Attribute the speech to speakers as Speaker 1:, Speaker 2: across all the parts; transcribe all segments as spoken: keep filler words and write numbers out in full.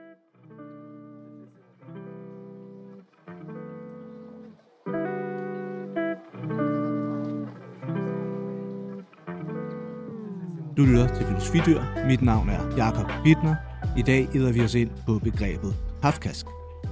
Speaker 1: Du lytter til Filosofidyr. Mit navn er Jakob Bittner. I dag æder vi os ind på begrebet kafkask.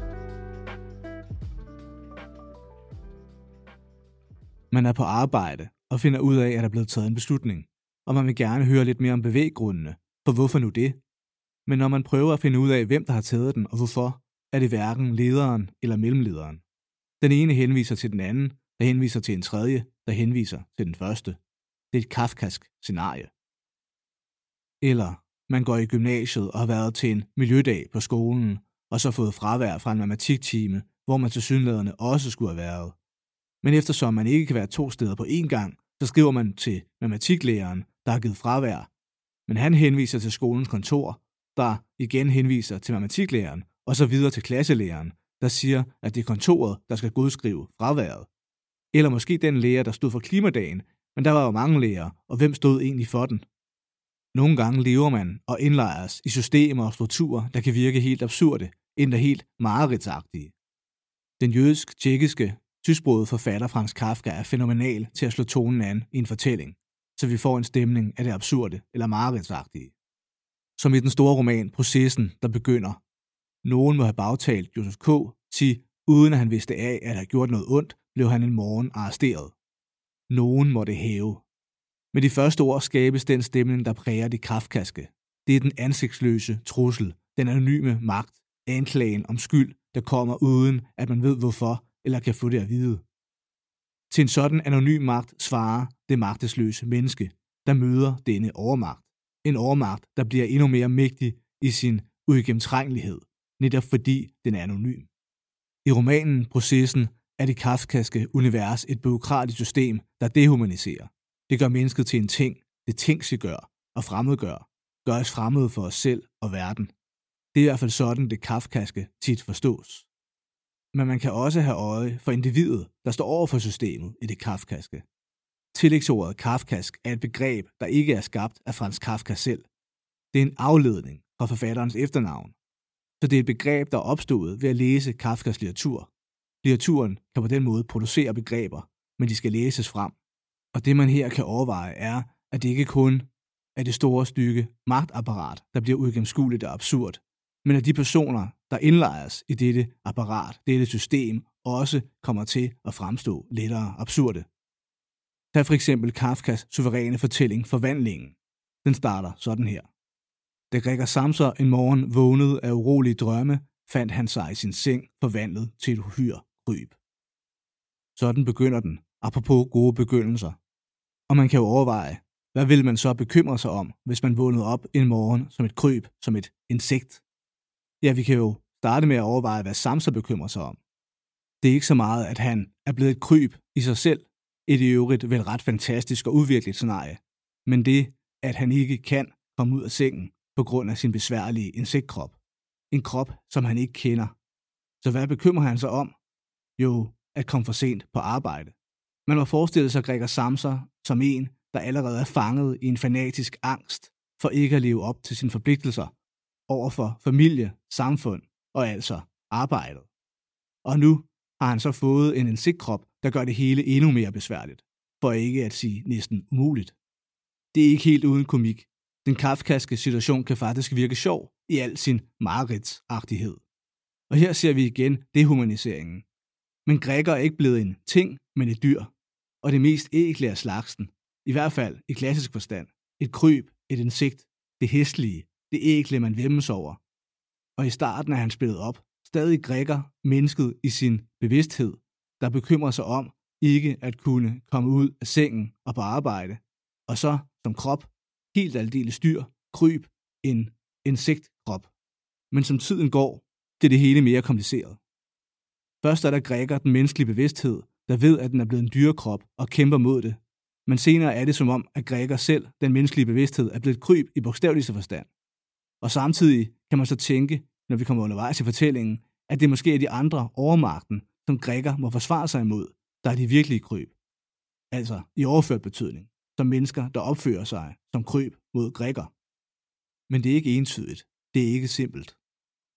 Speaker 1: Man er på arbejde og finder ud af, at der er blevet taget en beslutning, og man vil gerne høre lidt mere om bevæggrundene, for hvorfor nu det? Men når man prøver at finde ud af, hvem der har taget den og hvorfor, er det hverken lederen eller mellemlederen. Den ene henviser til den anden, der henviser til en tredje, der henviser til den første. Det er et kafkask scenarie. Eller man går i gymnasiet og har været til en miljødag på skolen, og så fået fravær fra en matematiktime, hvor man tilsyneladende også skulle have været. Men eftersom man ikke kan være to steder på én gang, så skriver man til matematiklæreren, der har givet fravær. Men han henviser til skolens kontor, der igen henviser til matematiklæreren, og så videre til klasselæreren, der siger, at det er kontoret, der skal godskrive fraværet. Eller måske den lærer, der stod for klimadagen, men der var jo mange lærere, og hvem stod egentlig for den? Nogle gange lever man og indlejres i systemer og strukturer, der kan virke helt absurde, endda helt mareridtsagtige. Den jødisk-tjekkiske, tysksprogede forfatter Franz Kafka er fænomenal til at slå tonen an i en fortælling, så vi får en stemning af det absurde eller mareridtsagtige. Som i den store roman Processen, der begynder. Nogen må have bagtalt Joseph K. til, uden at han vidste af, at have gjort noget ondt, blev han en morgen arresteret. Nogen måtte hæve. Med de første ord skabes den stemning, der præger det kafkaske. Det er den ansigtsløse trussel, den anonyme magt, anklagen om skyld, der kommer uden, at man ved hvorfor, eller kan få det at vide. Til en sådan anonym magt svarer det magtesløse menneske, der møder denne overmagt. En overmagt, der bliver endnu mere mægtig i sin uigennemtrængelighed, netop fordi den er anonym. I romanen Processen er det kafkaske univers et bureaukratisk system, der dehumaniserer. Det gør mennesket til en ting, det tingsliggør og fremmedgør, gør os fremmede for os selv og verden. Det er i hvert fald sådan, det kafkaske tit forstås. Men man kan også have øje for individet, der står over for systemet i det kafkaske. Tillægsordet kafkask er et begreb, der ikke er skabt af Franz Kafka selv. Det er en afledning fra forfatterens efternavn. Så det er et begreb, der er opstået ved at læse Kafkas litteratur. Litteraturen kan på den måde producere begreber, men de skal læses frem. Og det man her kan overveje er, at det ikke kun er det store stykke magtapparat, der bliver uigennemskueligt og absurd, men at de personer, der indlejres i dette apparat, dette system, også kommer til at fremstå lettere absurde. Tag for eksempel Kafkas suveræne fortælling Forvandlingen. Den starter sådan her. Da Gregor Samsa en morgen vågnede af urolige drømme, fandt han sig i sin seng forvandlet til et uhyre kryb. Sådan begynder den, apropos gode begyndelser. Og man kan jo overveje, hvad vil man så bekymre sig om, hvis man vågnede op en morgen som et kryb, som et insekt? Ja, vi kan jo starte med at overveje, hvad Samsa bekymrer sig om. Det er ikke så meget, at han er blevet et kryb i sig selv, et i øvrigt vel ret fantastisk og udvirkeligt scenarie, men det, at han ikke kan komme ud af sengen på grund af sin besværlige insektkrop. En krop, som han ikke kender. Så hvad bekymrer han sig om? Jo, at komme for sent på arbejde. Man må forestille sig Gregor Samsa som en, der allerede er fanget i en fanatisk angst for ikke at leve op til sine forpligtelser over for familie, samfund og altså arbejdet. Og nu har han så fået en insektkrop, der gør det hele endnu mere besværligt, for ikke at sige næsten umuligt. Det er ikke helt uden komik. Den kafkaske situation kan faktisk virke sjov i al sin mareridtsagtighed. Og her ser vi igen dehumaniseringen. Men Gregor er ikke blevet en ting, men et dyr. Og det mest ækle af slagsen, i hvert fald i klassisk forstand. Et kryb, et insekt, det hæslige, det ækle, man væmmes over. Og i starten er han spillet op, stadig Gregor, mennesket i sin bevidsthed, der bekymrer sig om ikke at kunne komme ud af sengen og på arbejde, og så som krop, helt aldeles dyr, kryb, en insektkrop. Men som tiden går, bliver det hele mere kompliceret. Først er der Gregor, den menneskelige bevidsthed, der ved, at den er blevet en dyrekrop og kæmper mod det. Men senere er det som om, at Gregor selv, den menneskelige bevidsthed, er blevet et kryb i bogstaveligste forstand. Og samtidig kan man så tænke, når vi kommer undervejs i fortællingen, at det måske er de andre overmagten, som Gregor må forsvare sig imod, der er de virkelige kryb. Altså i overført betydning, som mennesker, der opfører sig som kryb mod Gregor. Men det er ikke entydigt. Det er ikke simpelt.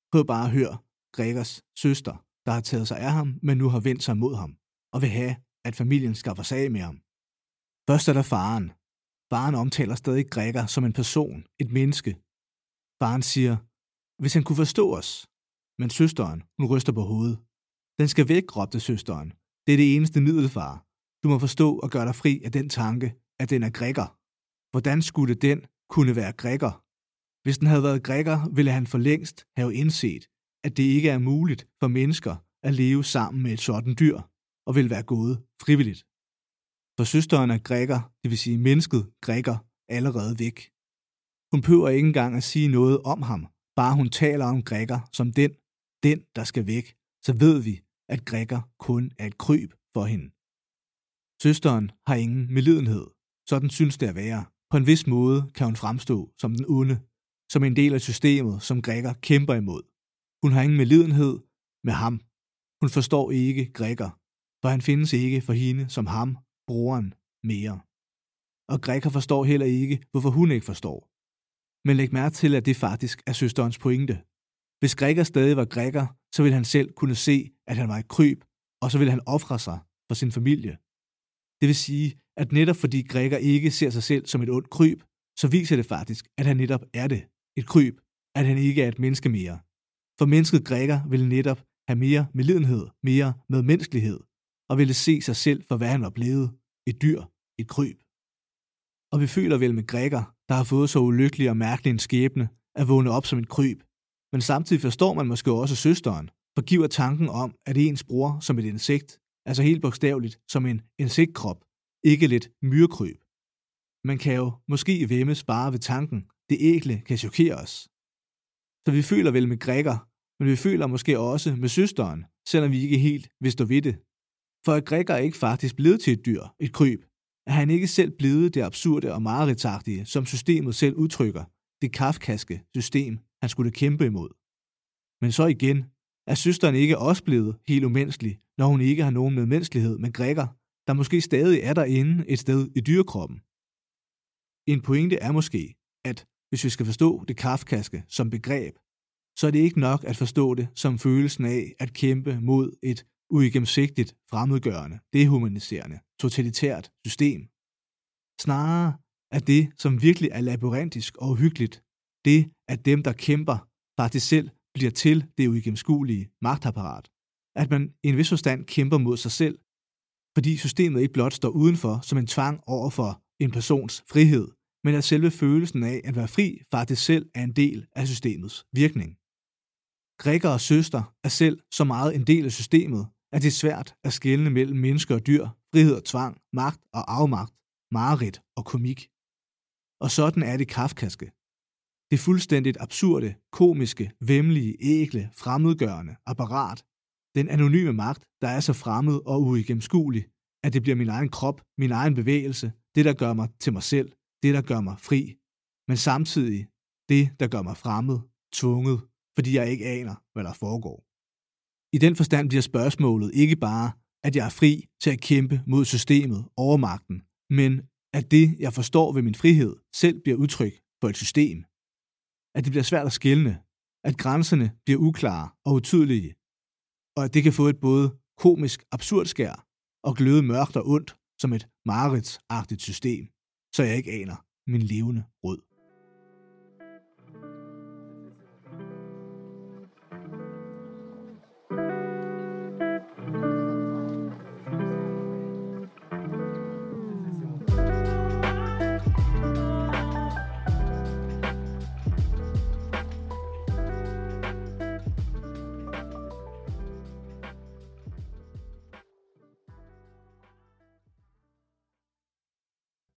Speaker 1: Prøv bare at høre Gregers søster, der har taget sig af ham, men nu har vendt sig mod ham, og vil have, at familien skaffer sig af med ham. Først er der faren. Faren omtaler stadig Gregor som en person, et menneske. Faren siger, hvis han kunne forstå os. Men søsteren, hun ryster på hovedet. Den skal væk, råbte søsteren. Det er det eneste middel, far. Du må forstå og gøre dig fri af den tanke, at den er Gregor. Hvordan skulle den kunne være Gregor? Hvis den havde været Gregor, ville han for længst have indset, at det ikke er muligt for mennesker at leve sammen med et sådan dyr, og vil være gået frivilligt. For søsteren er Gregor, det vil sige mennesket Gregor, allerede væk. Hun behøver ikke engang at sige noget om ham, bare hun taler om Gregor som den, den der skal væk, så ved vi, at Gregor kun er et kryb for hende. Søsteren har ingen medlidenhed, sådan synes det at være. På en vis måde kan hun fremstå som den onde, som en del af systemet, som Gregor kæmper imod. Hun har ingen medlidenhed med ham. Hun forstår ikke Gregor, for han findes ikke for hende som ham, broren, mere. Og Gregor forstår heller ikke, hvorfor hun ikke forstår. Men læg mærke til, at det faktisk er søsterens pointe. Hvis Gregor stadig var Gregor, så ville han selv kunne se, at han var et kryb, og så ville han ofre sig for sin familie. Det vil sige, at netop fordi Gregor ikke ser sig selv som et ondt kryb, så viser det faktisk, at han netop er det, et kryb, at han ikke er et menneske mere. For mennesket Gregor ville netop have mere medlidenhed, mere medmenneskelighed, og ville se sig selv for, hvad han var blevet, et dyr, et kryb. Og vi føler vel med Gregor, der har fået så ulykkelig og mærkelig en skæbne, at vågne op som et kryb. Men samtidig forstår man måske også søsteren, for giver tanken om, at ens bror som et insekt, altså helt bogstaveligt som en insektkrop, ikke lidt myrekryb. Man kan jo måske væmmes bare ved tanken, det ægle kan chokere os. Så vi føler vel med Gregor, men vi føler måske også med søsteren, selvom vi ikke helt vil stå ved det. For at Gregor er ikke faktisk blevet til et dyr, et kryb, er han ikke selv blevet det absurde og mareridtsagtige, som systemet selv udtrykker, det kafkaske system, han skulle kæmpe imod. Men så igen, er søsteren ikke også blevet helt umenneskelig, når hun ikke har nogen medmenneskelighed med Gregor, der måske stadig er derinde et sted i dyrekroppen. En pointe er måske, at hvis vi skal forstå det kafkaske som begreb, så er det ikke nok at forstå det som følelsen af at kæmpe mod et uigennemsigtigt, fremmedgørende, dehumaniserende, totalitært system. Snarere er det, som virkelig er labyrintisk og uhyggeligt, det, at dem, der kæmper, faktisk selv bliver til det uigennemskuelige magtapparat. At man i en vis forstand kæmper mod sig selv, fordi systemet ikke blot står udenfor som en tvang over for en persons frihed, men at selve følelsen af at være fri faktisk selv er en del af systemets virkning. Gregor og søster er selv så meget en del af systemet, at det er svært at skelne mellem mennesker og dyr, frihed og tvang, magt og afmagt, mareridt og komik. Og sådan er det kafkaske. Det fuldstændigt absurde, komiske, væmmelige, ægle, fremmedgørende apparat, den anonyme magt, der er så fremmed og uigennemskuelig, at det bliver min egen krop, min egen bevægelse, det der gør mig til mig selv, det der gør mig fri, men samtidig det, der gør mig fremmed, tvunget, fordi jeg ikke aner, hvad der foregår. I den forstand bliver spørgsmålet ikke bare, at jeg er fri til at kæmpe mod systemet, overmagten, men at det, jeg forstår ved min frihed, selv bliver udtryk for et system. At det bliver svært at skelne, at grænserne bliver uklare og utydelige, og at det kan få et både komisk absurd skær og gløde mørkt og ondt som et mareridtsagtigt system, så jeg ikke aner min levende rød.